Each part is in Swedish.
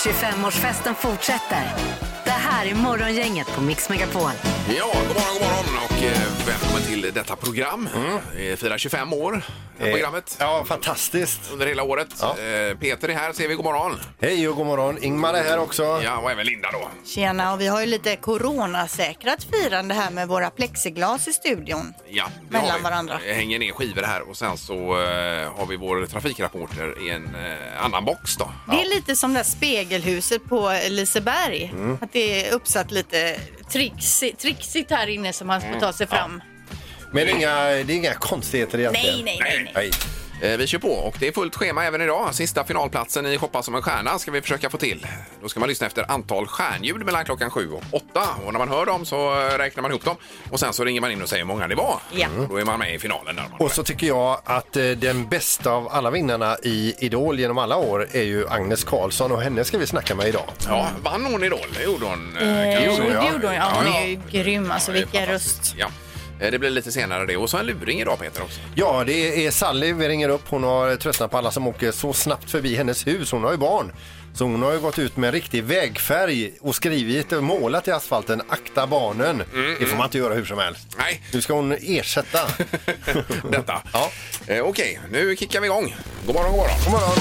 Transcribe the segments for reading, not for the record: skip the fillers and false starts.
25-årsfesten fortsätter. Det här är Morgongänget på Mix Megapol. Ja, god morgon och välkommen till detta program. Firar 25 år, programmet. Ja, fantastiskt. Under hela året. Ja. Peter är här, ser vi god morgon. Hej och god morgon. Ingmar är här också. Ja, och även Linda då. Tjena, och vi har ju lite coronasäkrat firande här med våra plexiglas i studion. Ja, mellan varandra. Vi hänger ner skivor här och sen så har vi vår trafikrapporter i en annan box då. Det är lite som det där spegelhuset på Liseberg. Att det är uppsatt lite trixigt här inne som man får ta sig fram. Men det är inga konstigheter egentligen. Nej. Vi kör på och det är fullt schema även idag. Sista finalplatsen i Shoppa som en stjärna ska vi försöka få till. Då ska man lyssna efter antal stjärnljud mellan klockan 7 och 8. Och när man hör dem så räknar man ihop dem. Och sen så ringer man in och säger hur många det var. Ja. Då är man med i finalen. Där Och så tycker jag att den bästa av alla vinnarna i Idol genom alla år är ju Agnes Karlsson, och henne ska vi snacka med idag. Ja, vann hon Idol? Det gjorde hon. Det gjorde hon, ja. Hon är ju grym, alltså Ja, det är vilken fantastiskt. röst. Ja. Det blir lite senare det. Och så en luring idag, Peter, också. Ja, det är Sally vi ringer upp. Hon har tröttnat på alla som åker så snabbt förbi hennes hus. Hon har ju barn. Så hon har ju gått ut med en riktig vägfärg och skrivit och målat i asfalten: akta barnen. Det får man inte göra hur som helst. Nej. Nu ska hon ersätta Detta. Ja. Okej, nu kickar vi igång. God morgon, god morgon. God morgon.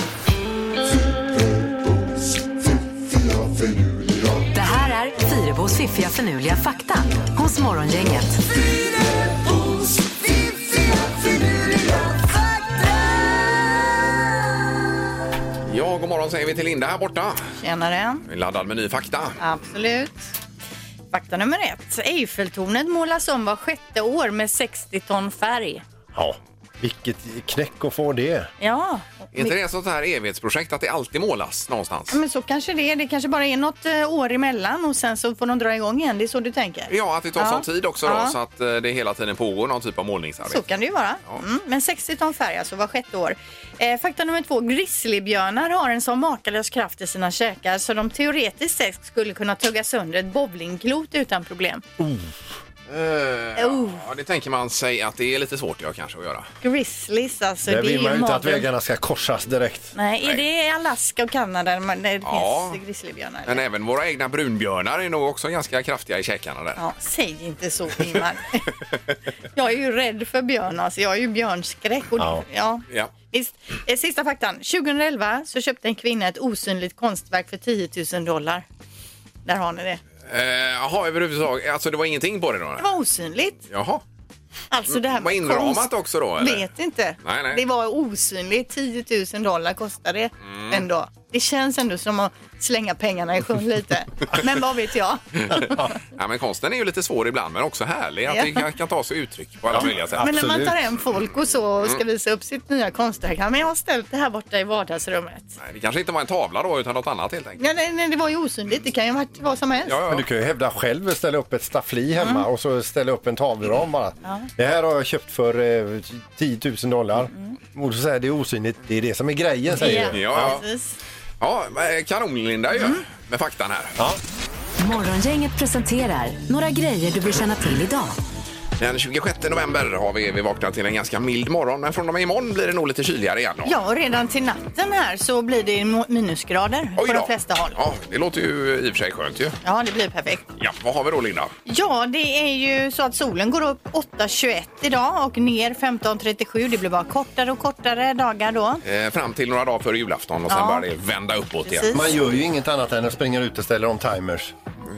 Det här är Fyrebos fiffiga förnuliga fakta hos Morgongänget. Ja, god morgon säger vi till Linda här borta. Tjenare. Laddad med ny fakta. Absolut. Fakta nummer 1. Eiffeltornet målas om var 6:e år med 60 ton färg. Ja, vilket knäck att få det. Ja. Är inte det ett sånt här evighetsprojekt att det alltid målas någonstans? Men så kanske det är. Det kanske bara är något år emellan och sen så får de dra igång igen. Det är så du tänker? Ja, att det tar Ja. sån tid också då, Ja. så att det hela tiden pågår någon typ av målningsarbete. Så kan det ju vara. Ja. Men 60 ton färg alltså var 6:e år. Fakta nummer 2. Grizzlybjörnar har en sån makalös kraft i sina käkar så de teoretiskt sett skulle kunna tugga sönder ett bowlingklot utan problem. Ja, det tänker man sig att det är lite svårt kanske att göra. Grizzlies alltså. Där det vill är man ju inte att magen. vägarna ska korsas direkt. Nej, är Nej. det Alaska och Kanada där det Ja. finns grizzlybjörnar? Men även våra egna brunbjörnar är nog också ganska kraftiga i käkarna där. Ja, säg inte så, Ingmar. Jag är ju rädd för björn, alltså. Jag är ju björnskräck. Och Ja. Ja. Visst. Sista faktan. 2011 så köpte en kvinna ett osynligt konstverk för $10,000. Där har ni det. Jaha, överhuvudtaget. Alltså det var ingenting på det då? Det var osynligt. Jaha. Alltså det här Var med inramat konst. också då, eller? Vet inte. Nej. Det var osynligt. $10,000 kostade det ändå. Det känns ändå som att slänga pengarna i sjön lite. Men vad vet jag? Ja, men konsten är ju lite svår ibland, men också härlig. Att det kan ta sig uttryck på alla möjliga sätt. Men när man Absolut. tar hem folk och så och ska visa upp sitt nya konstverk. Men jag har ställt det här borta i vardagsrummet. Nej, det kanske inte var en tavla då, utan något annat helt enkelt. Ja, nej, det var ju osynligt. Det kan ju ha varit vad som helst. Men du kan ju hävda själv att ställa upp ett staffli hemma och så ställa upp en tavelram bara. Det här har jag köpt för $10,000. Och så säger det är osynligt. Det är det som är grejen, säger du. Ja. Precis. Ja, kanon Linda ju. Med faktan här. Ja. Morgongänget presenterar några grejer du bör känna till idag. Den 26 november har vi vaknat till en ganska mild morgon, men från och med imorgon blir det nog lite kyligare igen då. Ja, och redan till natten här så blir det minusgrader Oj på då. de flesta håll. Ja, det låter ju i och för sig skönt ju. Ja, det blir perfekt. Ja, vad har vi då Linda? Ja, det är ju så att solen går upp 8:21 idag och ner 15:37. Det blir bara kortare och kortare dagar då. Fram till några dagar före julafton och sen Ja. börjar det vända uppåt igen. Precis. Man gör ju inget annat än att springa ut och ställa om timers.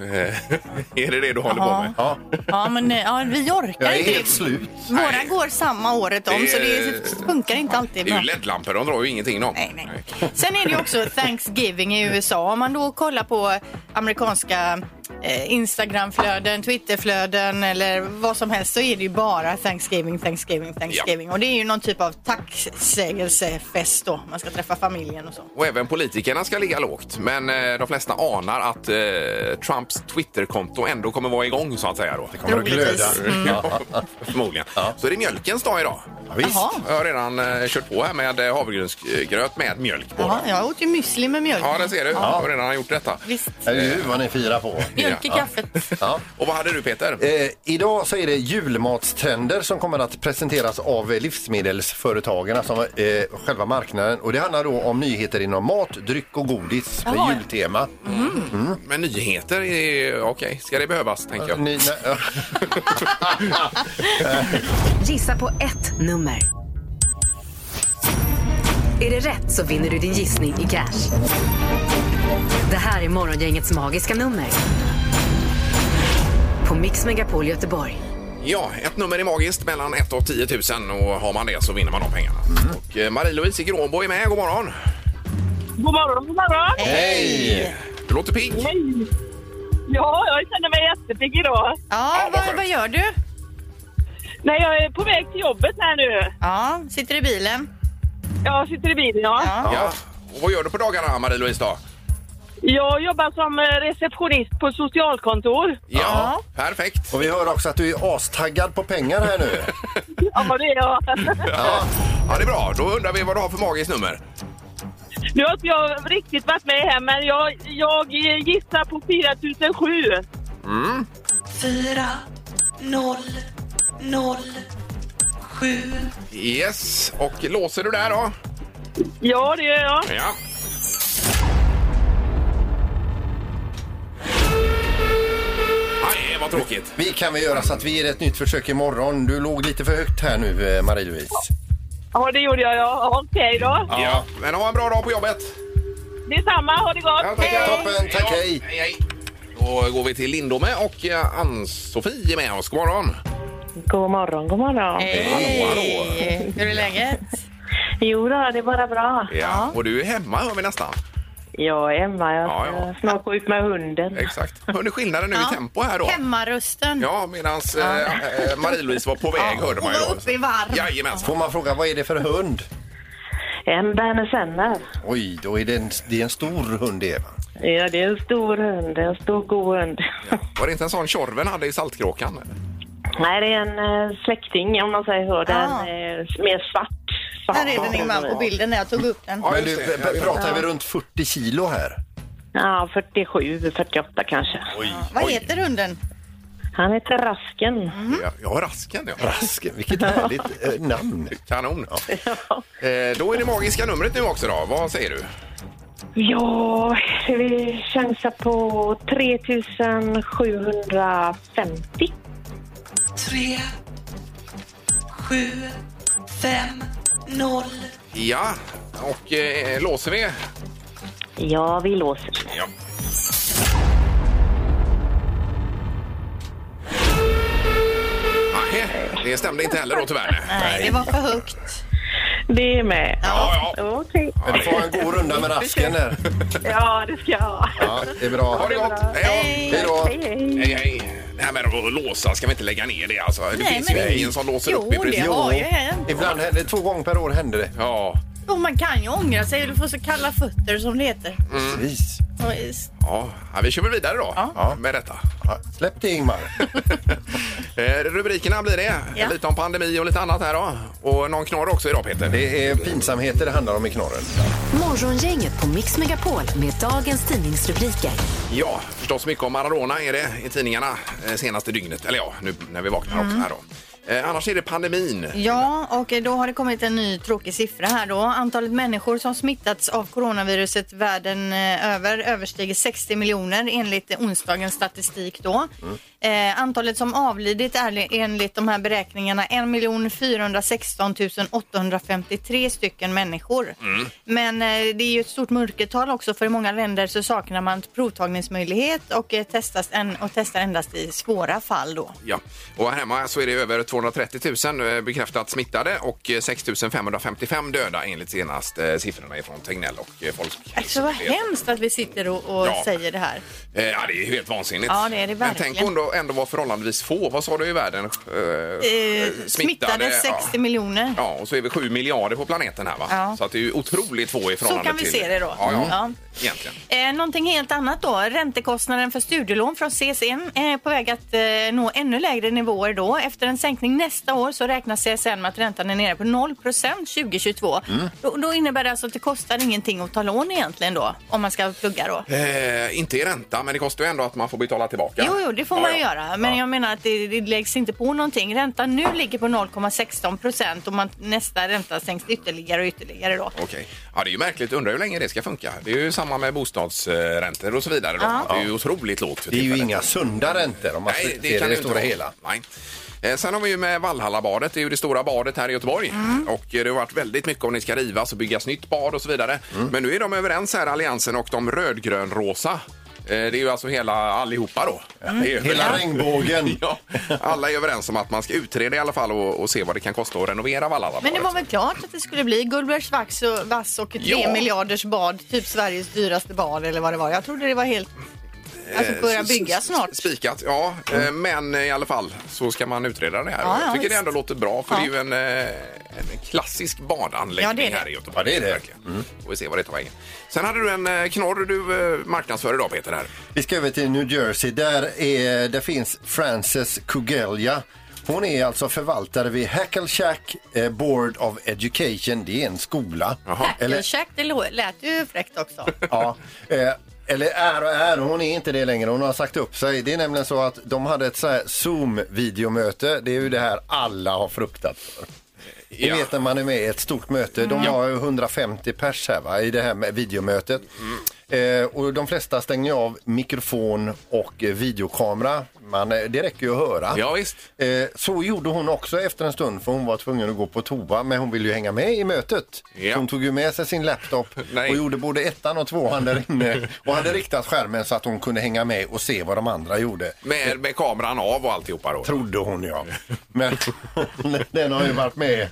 Är det du håller på med? Ja. Ja, men vi orkar Jag är inte. helt slut. Våra Nej. går samma året om, Det- så det funkar inte alltid Det är bra. ju LED-lampor, de drar ju ingenting då. Nej. Sen är det ju också Thanksgiving i USA. Om man då kollar på amerikanska Instagramflöden, Twitterflöden eller vad som helst, så är det ju bara Thanksgiving. Ja. Och det är ju någon typ av tacksägelsefest då. Man ska träffa familjen och så. Och även politikerna ska ligga lågt. Men de flesta anar att Trumps Twitterkonto ändå kommer vara igång så att säga då. Kommer att glöda. Ja, förmodligen. Så är det mjölkens dag idag. visst. Jaha. Jag har redan kört på här med havregrynsgröt med mjölk på. Jaha, jag åt ju müsli med mjölk. Ja, det ser du. Jag har redan gjort detta. Visst. Det är ju vad ni firar på. Mjölk i kaffet. Ja. Och vad hade du, Peter? Idag så är det julmatstrender som kommer att presenteras av livsmedelsföretagen, alltså själva marknaden. Och det handlar då om nyheter inom mat, dryck och godis med jultema. Men nyheter är okej. Ska det behövas, tänker jag. Gissa på ett nummer. Är det rätt så vinner du din gissning i cash. Det här är Morgongängets magiska nummer. På Mix Megapol Göteborg. Ja, ett nummer är magiskt mellan 1 och 10 000 och har man det så vinner man de pengarna. Och Marie-Louise i Gråbo är med. God morgon! God morgon, god morgon! Hej! Du låter pigg. Hej! Ja, jag känner mig jättepigg idag. Ja, vad gör du? Nej, jag är på väg till jobbet här nu. Ja, sitter i bilen. Jag sitter i bilen, ja. Ja. Och vad gör du på dagarna, Marie-Louise då? Jag jobbar som receptionist på socialkontor. Ja, perfekt. Och vi hör också att du är astaggad på pengar här nu. Ja, det är jag. Ja, det är bra. Då undrar vi vad du har för magiskt nummer. Nu har inte jag riktigt varit med här, men jag gissar på 4007. 4 0 0 7. Yes. Och låser du där då? Ja, det gör jag. Ja. Nej, vad tråkigt. Vi kan väl göra så att vi ger ett nytt försök imorgon. Du låg lite för högt här nu, Marie-Louise. Ja, det gjorde jag. Ja. Okej då. Ja. Men ha en bra dag på jobbet. Detsamma, ha det gott. Ja, tackar. Toppen, tack, hej. Hej, hej. Då går vi till Lindome och Ann-Sofie är med oss. God morgon. God morgon, god morgon. Hej! Hur är läget? Jo då, det är bara bra. Ja. Och du är hemma, hör vi nästan. Jag är hemma, jag ska Ja. snart gå ut med hunden. Exakt. Hör ni skillnaden nu i tempo här då? Hemmarösten. Ja, medan Marie-Louise var på väg, hörde man ju Hon då. var uppe i varv. Jajamensan. Får man fråga, vad är det för hund? En Berner Senner. Oj, då är det är en stor hund, Eva. Ja, det är en stor hund, en stor god hund. Ja. Var det inte en sån Tjorven hade i Saltkråkan? Nej, det är en släkting om man säger så. Den är mer svart. Här är den Ingmar på bilden när jag tog upp den. Ja, Men just du, det. pratar vi runt 40 kilo här? Ja, 47, 48 kanske. Vad heter hunden? Han heter Rasken. Ja, Rasken. Ja. Rasken, vilket härligt namn. Kanon. Då är det magiska numret nu också då. Vad säger du? Ja, vi chansar på 3750. 3 7 5 0. Ja, och låser vi? Ja, vi låser. Ja. Nej, det stämde inte heller då tyvärr. Nej, det var för högt. Det är med. Ja. Okej. Men du får ha en god runda med Rasken där. Ja, det ska jag ha. Ja, det är bra. Ha det gott. Hej Hej då. Hej, hej. då. Hej. Det här med att låsa, ska vi inte lägga ner det alltså? Det Nej, finns men ju det- ingen som låser Jo, upp i det princip. har ju hänt. Ibland händer det 2 gånger per år händer det. Ja. Och man kan ju ångra sig eller få så kalla fötter som det heter. Precis. Ja, vi kör väl vidare då med detta. Ja, släpp det, Ingmar. Rubrikerna blir det. Ja. Lite om pandemi och lite annat här då. Och någon knorr också idag, Peter. Det är pinsamheter det handlar om i knorren. Morgongänget på Mix Megapol med dagens tidningsrubriker. Ja, förstås mycket om Maradona är det i tidningarna senaste dygnet. Eller ja, nu när vi vaknar också här då. Annars är det pandemin. Ja, och då har det kommit en ny tråkig siffra här då. Antalet människor som smittats av coronaviruset världen överstiger 60 miljoner enligt onsdagens statistik då. Antalet som avlidit är enligt de här beräkningarna 1 416 853 stycken människor. Men det är ju ett stort mörkertal också, för i många länder så saknar man provtagningsmöjlighet och testar endast i svåra fall då. Ja, och här hemma så är det över 230 000 bekräftat smittade och 6 555 döda enligt senaste siffrorna från Tegnell och Folkhälsomyndigheten. Alltså vad hemskt att vi sitter och Ja. säger det här. Ja, det är helt vansinnigt. Ja, det är det Men tänk verkligen. ändå var förhållandevis få. Vad sa du i världen? Smittade 60 miljoner. Ja, och så är vi 7 miljarder på planeten här va? Ja. Så att det är ju otroligt få i förhållande Så kan vi till... se det då. Ja. Egentligen. Någonting helt annat då. Räntekostnaden för studielån från CSN är på väg att nå ännu lägre nivåer då. Efter en sänkning nästa år så räknar CSN med att räntan är nere på 0% 2022. Då innebär det alltså att det kostar ingenting att ta lån egentligen då, om man ska plugga då. Inte i ränta, men det kostar ju ändå att man får betala tillbaka. Jo, det får man ju göra. Men jag menar att det läggs inte på någonting. Räntan nu ligger på 0,16% och nästa ränta sänks ytterligare och ytterligare då. Okej. Ja, det är ju märkligt. Undrar hur länge det ska funka. Det är ju samma med bostadsräntor och så vidare. Då. Det är ju otroligt lågt för Det är ju tillfället. inga sunda räntor om man Nej, det ser kan det det stora inte hela. Nej. Sen har vi ju med Valhallabadet, det är ju det stora badet här i Göteborg. Och det har varit väldigt mycket om ni ska rivas och byggas nytt bad och så vidare. Men nu är de överens här, Alliansen och de rödgrön-rosa. Det är ju alltså allihopa då. Hela regnbågen. Ja, alla är överens om att man ska utreda i alla fall och se vad det kan kosta att renovera Valhallabadet. Men det var väl klart att det skulle bli Gullbergs vass och 3 miljarders bad, typ Sveriges dyraste bad eller vad det var. Jag trodde det var helt... Alltså börja bygga snart. Spikat, ja. Men i alla fall så ska man utreda det här. Ja, jag tycker visst. det ändå låter bra för det är ju en klassisk badanläggning här i Göteborg. Ja, det är det. Verkligen. Får vi se vad det tar vägen. Sen hade du en knorr du marknadsför idag, Peter, här. Vi ska över till New Jersey. Där finns Frances Kugelja. Hon är alltså förvaltare vid Hackelshack Board of Education. Det är en skola. Hackelshack, det lät ju fräckt också. Ja, eller är, hon är inte det längre. Hon har sagt upp sig. Det är nämligen så att de hade ett så här Zoom-videomöte. Det är ju det här alla har fruktat för. Ni vet när man är med i ett stort möte. De har 150 pers här va, i det här med videomötet. Och de flesta stänger av mikrofon och videokamera. Det räcker ju att höra. Ja, visst. Så gjorde hon också efter en stund, för hon var tvungen att gå på toa. Men hon ville ju hänga med i mötet. Ja. Så hon tog ju med sig sin laptop och gjorde både 1:an och 2:an där inne. Och hade riktat skärmen så att hon kunde hänga med och se vad de andra gjorde. Med kameran av och alltihopa då? Trodde hon, ja. Men den har ju varit med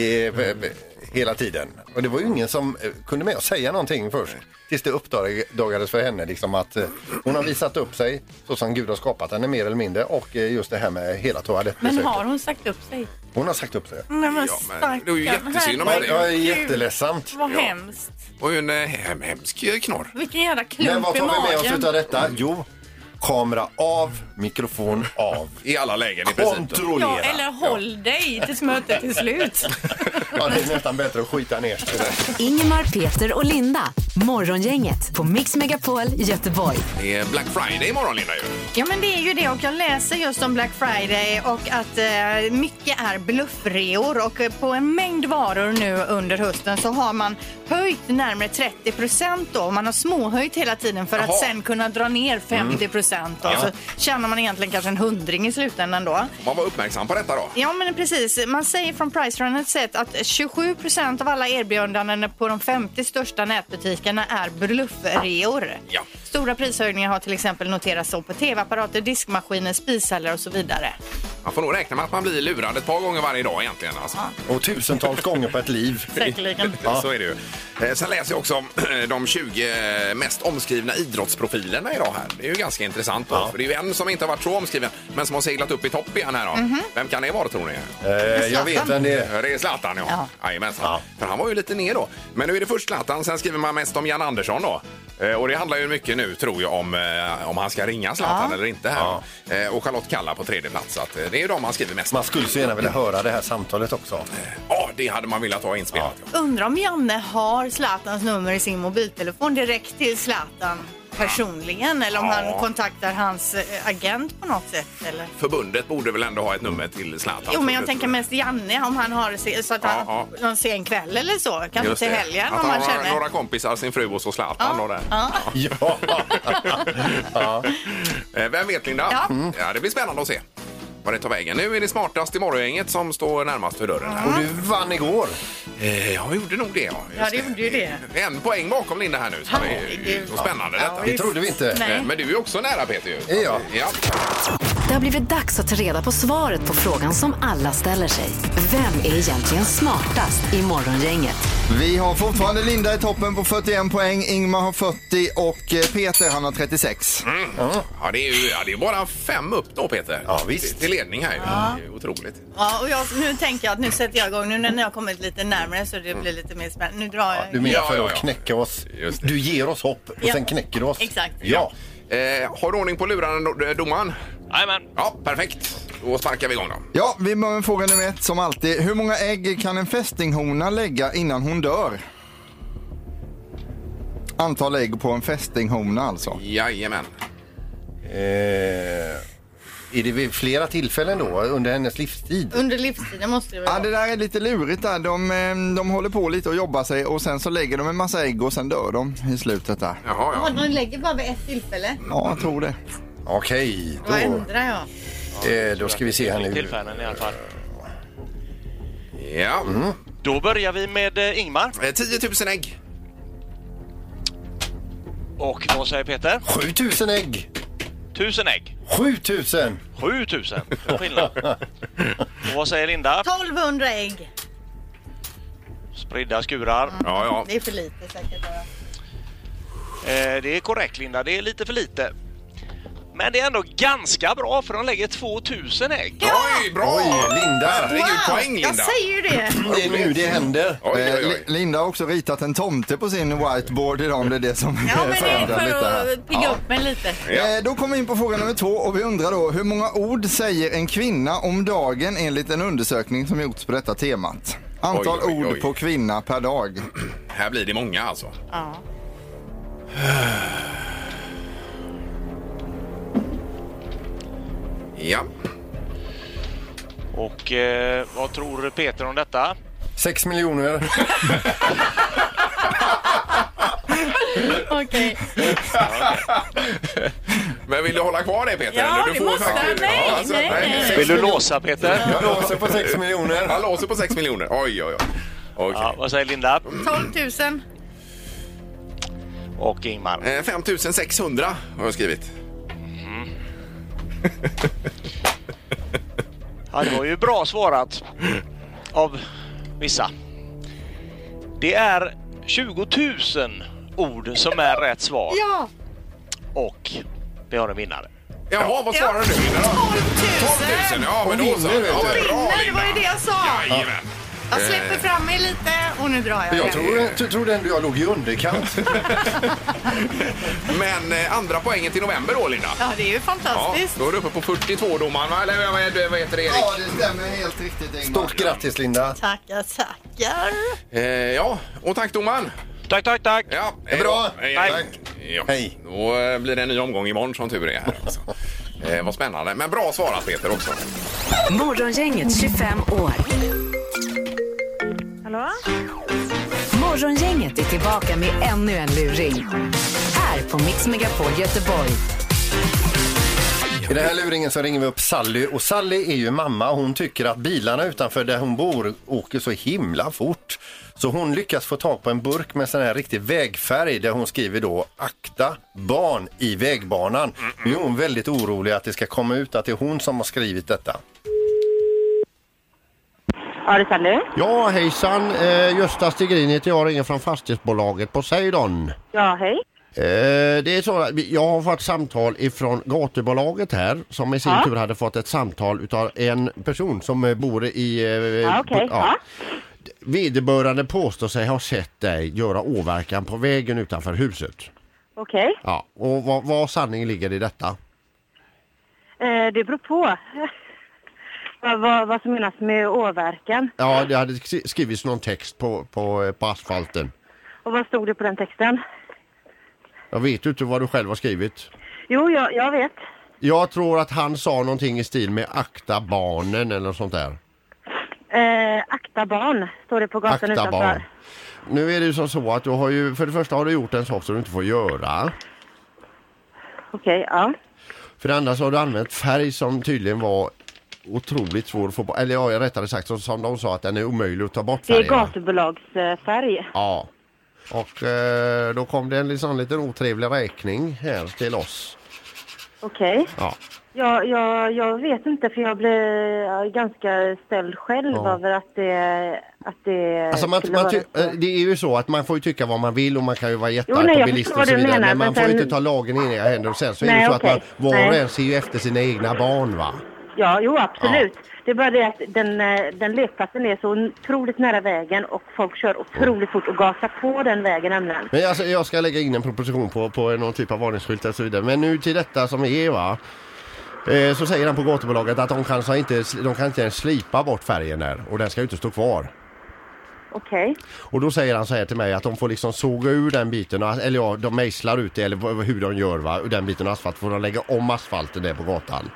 hela tiden. Och det var ju ingen som kunde med att säga någonting först. Tills det uppdagades för henne liksom att hon har visat upp sig så som Gud har skapat henne mer eller mindre. Och just det här med hela toalettbesöket. Men har hon sagt upp sig? Hon har sagt upp sig. Nej, men det är ju jättesynd om Ja, henne. det är jätteledsamt. Vad hemskt. Och en hemsk knorr. Vilken jävla klump Men vad i tar vi med oss magen. utav detta? Jo, kamera av, mikrofon av. I alla lägen i princip. Kontrollera. Ja, eller håll dig tills mötet är slut. Ja, det är nästan bättre att skita ner sig. Ingemar, Peter och Linda. Morgongänget på Mix Megapol Göteborg. Det är Black Friday imorgon, Linda ju. Ja, men det är ju det, och jag läser just om Black Friday och att mycket är bluffreor, och på en mängd varor nu under hösten så har man höjt närmare 30% då. Man har småhöjt hela tiden för att sen kunna dra ner 50% och så tjänar man egentligen kanske en 100 i slutändan då. Man var uppmärksam på detta då. Ja, men precis. Man säger från Pricerunner sett att 27% av alla erbjudanden på de 50 största nätbutikerna är bluffreor. Ja. Stora prishöjningar har till exempel noterats på tv-apparater, diskmaskiner, spishallar och så vidare. Man får nog räkna med att man blir lurad ett par gånger varje dag egentligen. Alltså. Och tusentals gånger på ett liv. Säkerligen. Så är det ju. Sen läser jag också om de 20 mest omskrivna idrottsprofilerna idag här. Det är ju ganska intressant då. För det är ju en som inte har varit så omskriven, men som har seglat upp i topp igen här då. Vem kan det vara, tror ni? Jag vet vem det är. Det är Zlatan, ja. Jajamensan. För han var ju lite ner då. Men nu är det först Zlatan, sen skriver man mest om Jan Andersson då. Och det handlar ju mycket nu, tror jag, om han ska ringa Zlatan eller inte här. Och Charlotte Kalla på tredje plats. Så att det är ju de man skriver mest. Man skulle så gärna vilja höra det här samtalet också. Ja, det hade man velat ha inspelat. Ja. Undrar om Janne har Zlatans nummer i sin mobiltelefon direkt till Zlatan personligen, eller om han kontaktar hans agent på något sätt, eller? Förbundet borde väl ändå ha ett nummer till Zlatan. Jo, men jag tänker mest Janne, om han har så att han någon sen kväll eller så, kanske till helgen, att om man han känner. Några kompisar, sin fru och så Zlatan då där. Vem vet, Linda? Ja, det blir spännande att se vad det tar vägen. Nu är det smartast i morgongänget som står närmast för dörren här. Och du vann igår. Jag gjorde nog det, Ja, det gjorde ju det. En poäng bakom Linda här nu. Så det är så spännande detta. Det trodde vi inte. Nej. Men du är också nära, Peter ju. Ja. Ja. Det har blivit dags att ta reda på svaret på frågan som alla ställer sig. Vem är egentligen smartast i Morgongänget? Vi har fortfarande Linda i toppen på 41 poäng, Ingmar har 40 och Peter han har 36. Ja, det är bara 5 upp då, Peter. Ja, visst. Till ledning här. Ja. Det är otroligt. Ja, och nu tänker jag att nu sätter jag igång. Nu när ni har kommit lite närmare så det blir lite mer spännande. Nu drar jag. Du menar för att knäcka oss. Du ger oss hopp och sen knäcker du oss. Exakt. Ja. Har du ordning på luran, domaren? Jajamän. Ja, perfekt. Då sparkar vi igång då. Ja, vi börjar med fråga nummer 1 som alltid. Hur många ägg kan en fästinghona lägga innan hon dör? Antal ägg på en fästinghona alltså. Jajamän. Är det vid flera tillfällen då under hennes livstid? Under livstiden måste det vara. Ja, det där är lite lurigt där. De håller på lite och jobbar sig och sen så lägger de en massa ägg och sen dör de i slutet där. Jaha, Ja, de lägger bara vid ett tillfälle. Ja, jag tror det. Okej, Då ändrar jag. då ska vi se här nu. Tillfällen i alla fall. Ja. Då börjar vi med Ingmar. 10 000 ägg. Och vad säger Peter? 7000 ägg. 1000 ägg. 7000. 7000. Det är skillnad. Och vad säger Linda? 1200 ägg. Spridda skurar. Ja. Det är för lite säkert bara. Det är korrekt, Linda. Det är lite för lite. Men det är ändå ganska bra för de lägger 2000 ägg. Oj, bra! Oj, Linda. Herregud, poäng, Linda. Jag säger ju det. Det är nu det händer. Oj. Linda har också ritat en tomte på sin whiteboard idag om det är det som Ja, men det är förändrar lite här. för att pigga upp mig lite. Ja. Då kommer vi in på fråga nummer 2 och vi undrar då hur många ord säger en kvinna om dagen enligt en undersökning som gjorts på detta temat? Antal Oj. ord på kvinna per dag. Här blir det många alltså. Ja. Ja. Och vad tror Peter om detta? 6 miljoner. Okej. Men vill du hålla kvar det, Peter? Ja, Eller? det måste faktiskt- jag. Nej, alltså, nej. Vill du låsa, Peter? Jag låser på 6 miljoner. Han låser på 6 miljoner. Oj. Okej. Ja, vad säger Linda? 12 000. Och Ingmar? 5600 har jag skrivit. Ja, det var ju bra svarat av vissa. Det är 20 000 ord som är rätt svar. Ja. Och vi har en vinnare. Jaha, vad svarar du? 12 000. 12 000, ja men då så. Ja, men bra, Vinner, det Linda. var ju det jag sa. Jajamän. Jag släpper fram mig lite och nu drar jag. Jag tror ändå jag låg i underkant. Men andra poängen till november då, Linda. Ja, det är ju Ja, fantastiskt. då är du uppe på 42 domaren, va? Eller vad heter det, Erik? Ja, det stämmer helt riktigt, Ingmar. Stort grattis, Linda. Tackar. Ja, och tack domaren. Tack. Ja, Det är bra. Hej. Tack. Ja. Hej. Då blir det en ny omgång imorgon som tur är här. Alltså. Vad spännande. Men bra svarat, Peter, också. Morgongänget 25 år. Hallå? Morgongänget är tillbaka med ännu en luring. Här på Mix Megapol Göteborg. I den här luringen så ringer vi upp Sally. Och Sally är ju mamma. Hon tycker att bilarna utanför där hon bor åker så himla fort. Så hon lyckas få tag på en burk med sån här riktig vägfärg där hon skriver då akta barn i vägbanan. Nu är hon väldigt orolig att det ska komma ut att det är hon som har skrivit detta. Ja, det är Sally. Ja, hejsan. Gösta Stigrin heter jag, ringer från fastighetsbolaget Poseidon. Ja, hej. Det är så att jag har fått samtal ifrån gatubolaget här som i sin tur hade fått ett samtal utav en person som bor i... Vederbörande påstår sig ha sett dig göra åverkan på vägen utanför huset. Okej. Ja, och vad sanning ligger i detta? Det beror på vad som menas med åverkan. Ja, det hade skrivits någon text på asfalten. Och vad stod det på den texten? Jag vet inte vad du själv har skrivit. Jo, jag vet. Jag tror att han sa någonting i stil med akta barnen eller sånt där. Akta barn står det på gatan Akta utanför. barn. Nu är det ju så att du har ju, för det första har du gjort en sak som du inte får göra. Okej, ja. För det andra så har du använt färg som tydligen var otroligt svår att få bort. Eller ja, rättare sagt som de sa att den är omöjlig att ta bort Det är färgerna. gatubolagsfärg. Ja. Och då kom det en liten otrevlig räkning här till oss. Okej. Ja. Jag vet inte, för jag blev ganska ställd själv över att det alltså det är ju så att man får ju tycka vad man vill och man kan ju vara jättearg på bilister och så vidare. Men man får ju inte ta lagen i egna händer och sen så är det så att man var och en ser ju efter sina egna barn, va? Ja, jo absolut. Ja. Det är bara det att den lekplatsen är så otroligt nära vägen och folk kör otroligt fort och gasar på den vägen nämligen. Men alltså, jag ska lägga in en proposition på någon typ av varningsskylt och så vidare. Men nu till detta som är, va? Så säger han på gatubolaget att de kan inte ens slipa bort färgen där och den ska ju inte stå kvar. Okej. Och då säger han så här till mig att de får liksom såga ur den biten, eller ja, de mejslar ut det eller hur de gör, va? Ur den biten av asfalt får de lägga om asfalten där på gatan.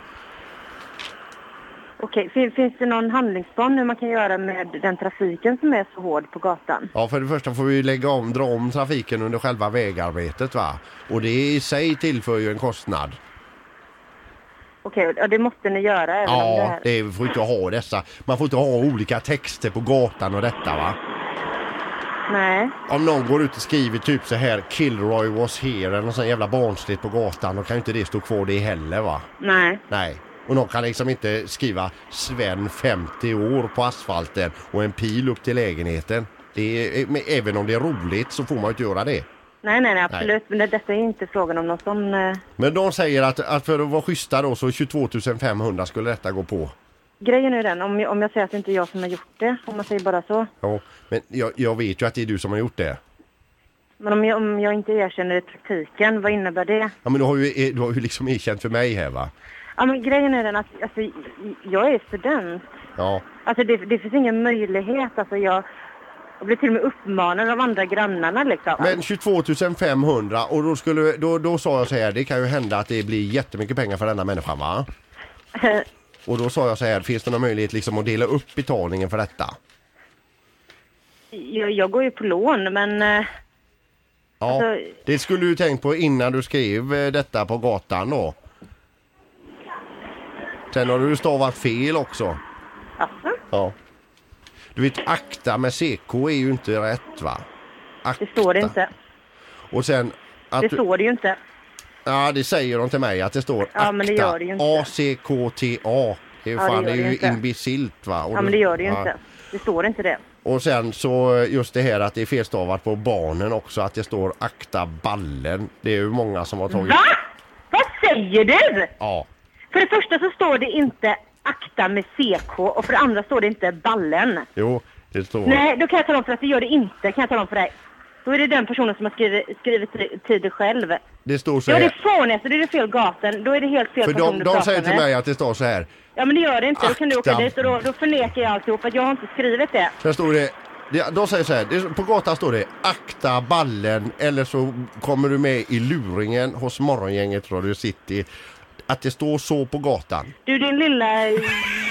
Okej, finns det någon handlingsplan hur man kan göra med den trafiken som är så hård på gatan? Ja, för det första får vi dra om trafiken under själva vägarbetet, va? Och det i sig tillför ju en kostnad. Okej, ja, det måste ni göra även om det här. Det får inte ha dessa. Man får inte ha olika texter på gatan och detta, va? Nej. Om någon går ut och skriver typ så här Kilroy was here eller något sån jävla barnsligt på gatan, då kan ju inte det stå kvar det heller, va? Nej. Och någon kan liksom inte skriva Sven 50 år på asfalten och en pil upp till lägenheten. Även om det är roligt så får man ju inte göra det. Nej, absolut. Nej. Men detta är inte frågan om någon sån... Men de säger att för att vara schyssta då så 22 500 skulle detta gå på. Grejen är den, om jag säger att det inte är jag som har gjort det, om man säger bara så. Ja, men jag vet ju att det är du som har gjort det. Men om jag inte erkänner det i praktiken, vad innebär det? Ja, men du har ju liksom erkänt för mig här, va? Ja, men grejen är den att alltså, jag är student. Ja. Alltså det finns ingen möjlighet. Alltså jag blir till och med uppmanad av andra grannarna liksom. Men 22 500 och då sa jag så här, det kan ju hända att det blir jättemycket pengar för denna människan, va? Och då sa jag så här, finns det någon möjlighet liksom att dela upp betalningen för detta? Jag går ju på lån, men... Ja, alltså, det skulle du tänkt på innan du skrev detta på gatan då. Sen har du stavat fel också. Alltså? Ja. Du vet, akta med CK är ju inte rätt, va? Akta. Det står det inte. Och sen... Det står det ju inte. Ja, det säger de till mig att det står akta. Ja, men det gör det ju inte. ACKTA. Det är ju imbecilt, va? Ja, men det gör det ju inte. Det står inte det. Och sen så just det här att det är felstavat på barnen också, att det står akta ballen. Det är ju många som har tagit... Va? Vad säger du? Ja. För det första så står det inte akta med CK och för det andra står det inte ballen. Jo, det står... Nej, då kan jag tala om för att det gör det inte. Kan jag tala om för dig? Då är det den personen som har skrivit tider själv. Det står så här. Ja, det är fånigt, så det är det fel gaten. Då är det helt fel person för de säger till mig att det står så här. Ja, men det gör det inte. Då kan du åka dit och då förnekar jag alltihop att jag har inte skrivit det. Där står det... De säger så här, på gatan står det akta ballen eller så kommer du med i luringen hos morgongänget Radio City. Att det står så på gatan. Du, din lilla J.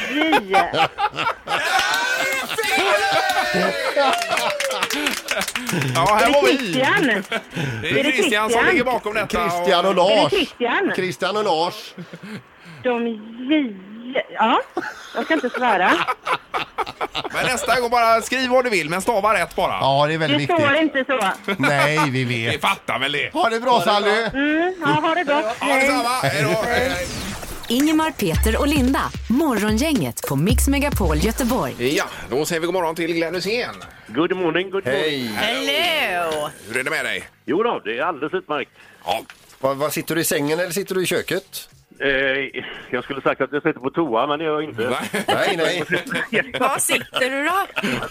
Ja, här var vi. Det är Christian som ligger bakom detta. Christian och Lars. Christian och Lars. De J. Ja, jag ska inte svära. Men nästa gång bara skriv vad du vill, men stava rätt bara. Ja, det är väldigt viktigt. Det står inte så. Nej, vi vet. Vi fattar väl det. Ha det bra, Sally. Ja, ha det gott. Ja, detsamma. Hej då. Ingemar, Peter och Linda. Morgongänget på Mix Megapol Göteborg. Ja, då säger vi god morgon till Glenn Hussein. Good morning, good morning. Hello! Hur är det med dig? Jo då, det är alldeles utmärkt. Ja. Vad sitter du i sängen eller sitter du i köket? Jag skulle sagt att jag sitter på toa, men det gör jag inte. Nej. Var sitter du då?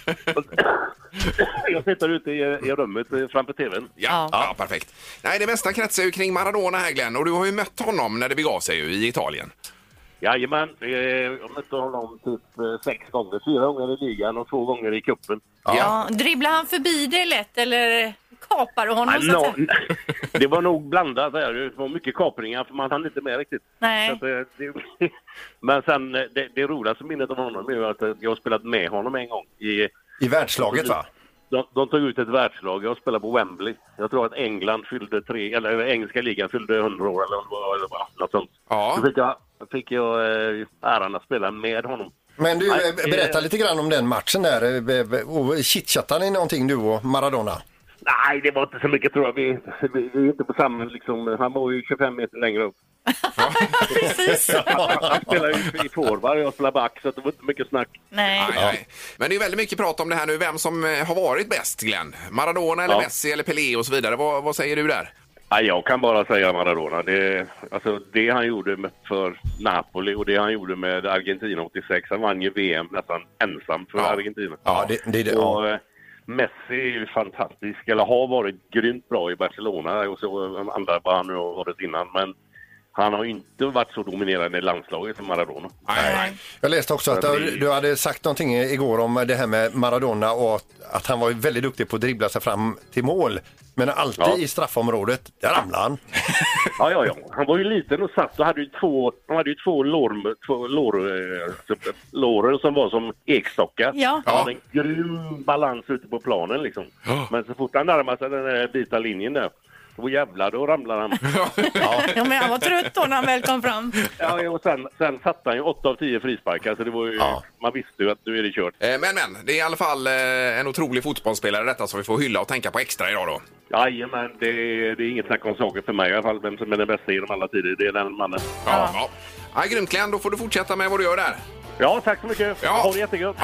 Jag sitter ute i rummet framför tvn. Ja, perfekt. Nej, det mesta kretsar ju kring Maradona här, Glenn. Och du har ju mött honom när det begav sig ju i Italien. Jajamän, jag mötte honom typ 6 gånger. 4 gånger i ligan och 2 gånger i kuppen. Ja, dribblar han förbi det lätt eller kapar du honom? Det var nog blandat där. Det var mycket kapringar för man hann inte med riktigt. Nej. Men sen det roligaste minnet av honom är ju att jag har spelat med honom en gång. I världslaget, va? De tog ut ett världslag. Jag spelade på Wembley. Jag tror att England fyllde engelska ligan fyllde 100 år eller något sånt. Ja. Så fick jag äran att spela med honom. Men du, berätta lite grann om den matchen där. Chitchattade ni någonting, du och Maradona? Nej, det var inte så mycket, tror jag. Vi är inte på samma, liksom. Han var ju 25 meter längre upp. Precis. Han spelar ju i forward och jag spelar back, så det var inte mycket snack. Nej. Men det är väldigt mycket prat om det här nu. Vem som har varit bäst, Glenn? Maradona eller Messi eller Pelé och så vidare. Vad säger du där? Ja, jag kan bara säga Maradona. Det han gjorde för Napoli och det han gjorde med Argentina 86. Han vann ju VM nästan ensam för Argentina. Ja, det. Och Messi är ju fantastisk, eller har varit grymt bra i Barcelona och så andra vad han nu har varit innan. Men han har inte varit så dominerande i landslaget som Maradona. Nej. Jag läste också att du hade sagt någonting igår om det här med Maradona och att han var väldigt duktig på att dribbla sig fram till mål. Men alltid i straffområdet, där ramlade han. Ja. Han var ju liten och satt och hade ju två låren som var som ekstockar. Ja. Han hade en grym balans ute på planen liksom. Men så fort han närmade sig den där vita linjen där, då jävlar, då ramlade han. Ja, men han var trött då när han väl kom fram. Ja, och sen satte han ju 8 av 10 frisparkar, så det var ju, man visste ju att nu är det kört. Men, det är i alla fall en otrolig fotbollsspelare detta som vi får hylla och tänka på extra idag då. Jajamän, det är inget snack om saker för mig i alla fall. Vem som är den bästa genom alla tider, det är den mannen. Ja, grymt Glenn, då får du fortsätta med vad du gör där. Ja, tack så mycket. Ja. Ha det jättegott.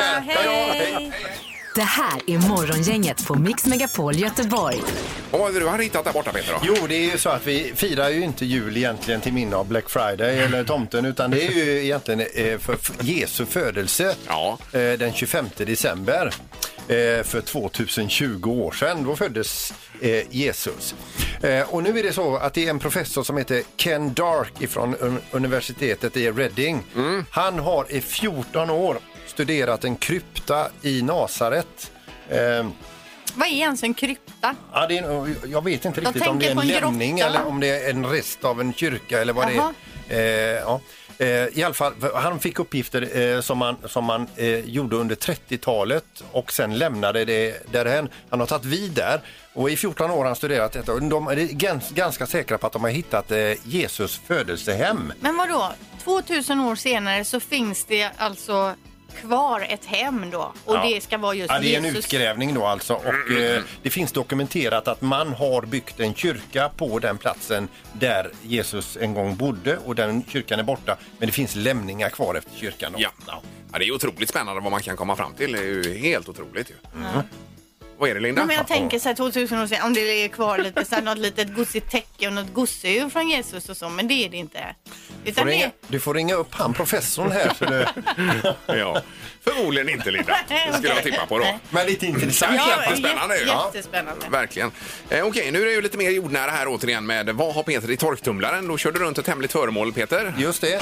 Hej! Det här är Morgongänget på Mix Megapol Göteborg. Och vad du har hittat där borta, Peter då? Jo, det är ju så att vi firar ju inte jul egentligen till minne av Black Friday eller tomten, utan det är ju egentligen för Jesu födelse den 25 december för 2020 år sedan. Då föddes Jesus. Och nu är det så att det är en professor som heter Ken Dark från universitetet i Reading. Han har i 14 år studerat en krypta i Nasaret. Vad är ens en krypta? Ja, jag vet inte riktigt om det är en lämning eller om det är en rest av en kyrka eller vad det är. I alla fall, han fick uppgifter som man gjorde under 30-talet och sen lämnade det därhen. Han har tagit vid där och i 14 år har han studerat detta. Och de är ganska säkra på att de har hittat Jesus födelsehem. Men vadå? 2000 år senare så finns det alltså kvar ett hem då och det ska vara just Jesus. Det är en utgrävning då alltså och det finns dokumenterat att man har byggt en kyrka på den platsen där Jesus en gång bodde och den kyrkan är borta, men det finns lämningar kvar efter kyrkan då. Ja, det är otroligt spännande vad man kan komma fram till. Det är ju helt otroligt ju. Vad är det, Linda? Men jag tänker så här 2000 år sedan, om det är kvar lite så här, något litet gossigt täcke och något gosedjur från Jesus och så, men det är det inte. Utan du får ringa upp han professorn här. För det... Ja, förmodligen inte, Linda. Det skulle jag tippa på då. Men lite intressant. Jättespännande. Jättespännande. Verkligen. Okej, nu är det ju lite mer jordnära här återigen med vad har Peter i torktumlaren? Då kör du runt ett hemligt föremål, Peter. Just det.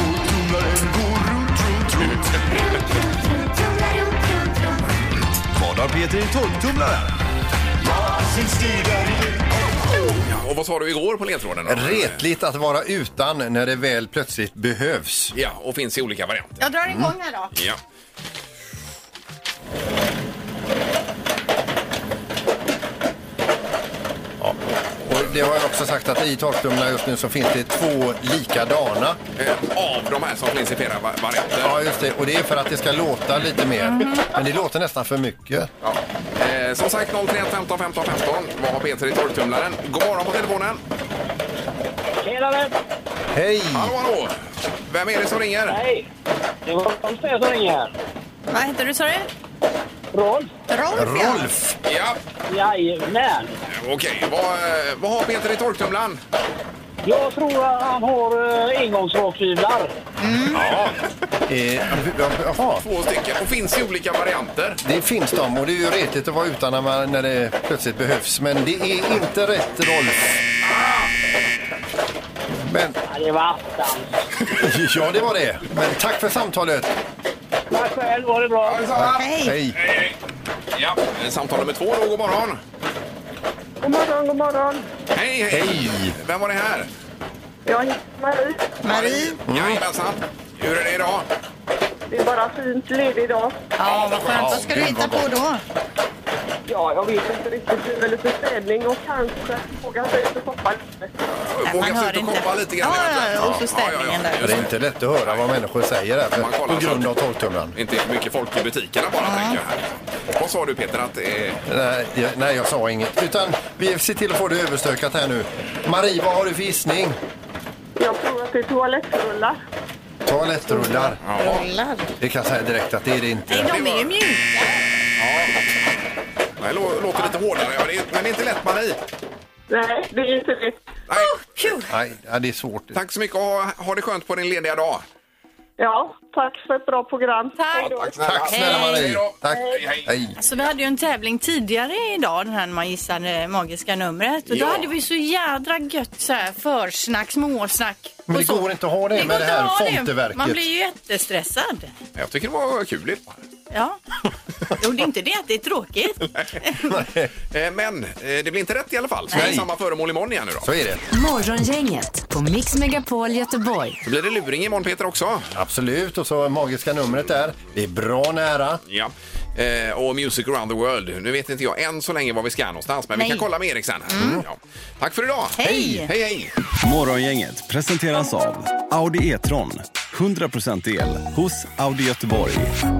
Vad har Peter i torktumlaren? Och vad sa du igår på ledtråden? Retligt att vara utan när det väl plötsligt behövs. Ja, och finns i olika varianter. Jag drar igång här då. Ja. Och det har jag också sagt att i torktumlaren just nu så finns det 2 likadana. Av de här som finns i flera varianter. Ja, just det. Och det är för att det ska låta lite mer. Men det låter nästan för mycket. Ja. Som sagt, 031 15 15 15. Vad har Peter i torktumlaren? God morgon på telefonen. Tjenare! Hej! Hallå. Vem är det som ringer? Hej! Det var Rolf som ringer här. Vad heter du, sa du? Rolf. Rolf! Ja. Jajamän. Okej, vad har Peter i torktumlaren? Jag tror att han har engångsrakhyvlar. Ja. Jaha. 2 stycken. Och finns i olika varianter. Det finns de och det är ju retligt att vara utan när det plötsligt behövs. Men det är inte rätt, Rolf. Men... Ja, det var attans. Ja, det var det. Men tack för samtalet. Tack själv, var det bra. Hej. Ja, samtal nummer 2 då, god morgon. God morgon, god morgon. Hej. Vem var det här? Jag heter Marie. Marie. Jajamensan. Hur är det idag? Det är bara fint ledig idag. Ja, vad skönt. Vad ska du hitta på då? Ja, jag vet inte riktigt. Det är väl lite städning och kanske våga sig ut och shoppa lite. Våga sig ut och shoppa lite grann. Ja, och så städningen där. Det är inte lätt att höra vad människor säger där på grund av torktumlaren. Inte mycket folk i butikerna bara, tänker jag här. Vad sa du, Peter? Att, Nej, jag sa inget. Utan vi ser till att få det överstökat här nu. Marie, vad har du för gissning? Jag tror att det är toalettrullar. Toalettrullar. Ja. Rullar. Det kan jag säga direkt att det är det inte. Nej, de är ju mjuka. Det låter lite hårdare, men det är inte lätt, Marie. Nej, det är inte rätt. Nej, ja, det är svårt. Tack så mycket och ha det skönt på din lediga dag. Ja, tack för ett bra program. Tack. Tack snälla Marie. Tack. Hej. Så vi hade ju en tävling tidigare idag, den här man gissade magiska numret. Och då hade vi så jädra gött så här försnack, småsnack. Men det går inte att ha det med det här fonteverket. Man blir ju jättestressad. Jag tycker det var kul. Ja. Jo, det är inte det att det är tråkigt. Men det blir inte rätt i alla fall. Så det är samma föremål imorgon igen nu då. Så är det. Morgongänget på Mix Megapol Göteborg. Så blir det luring imorgon, Peter, också. Absolut, och så magiska numret där. Det är bra nära. Ja. Och Music around the world. Nu vet inte jag än så länge var vi ska någonstans, men vi kan kolla med Erik sen. Ja. Tack för idag. Hej. Hej, hej. Morgongänget presenteras av Audi E-tron. 100% el hos Audi Göteborg.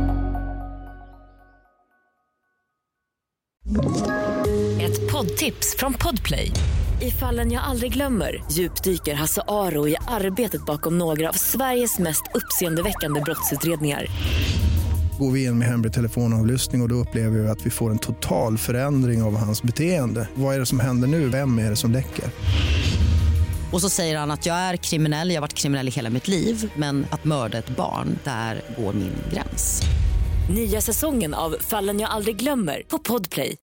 Ett poddtips från Podplay. I Fallen jag aldrig glömmer djupdyker Hasse Aro i arbetet bakom några av Sveriges mest uppseendeväckande brottsutredningar. Går vi in med hemlig telefonavlyssning och då upplever vi att vi får en total förändring av hans beteende. Vad är det som händer nu? Vem är det som läcker? Och så säger han att jag är kriminell, jag har varit kriminell i hela mitt liv. Men att mörda ett barn, där går min gräns. Nya säsongen av Fallen jag aldrig glömmer på Podplay.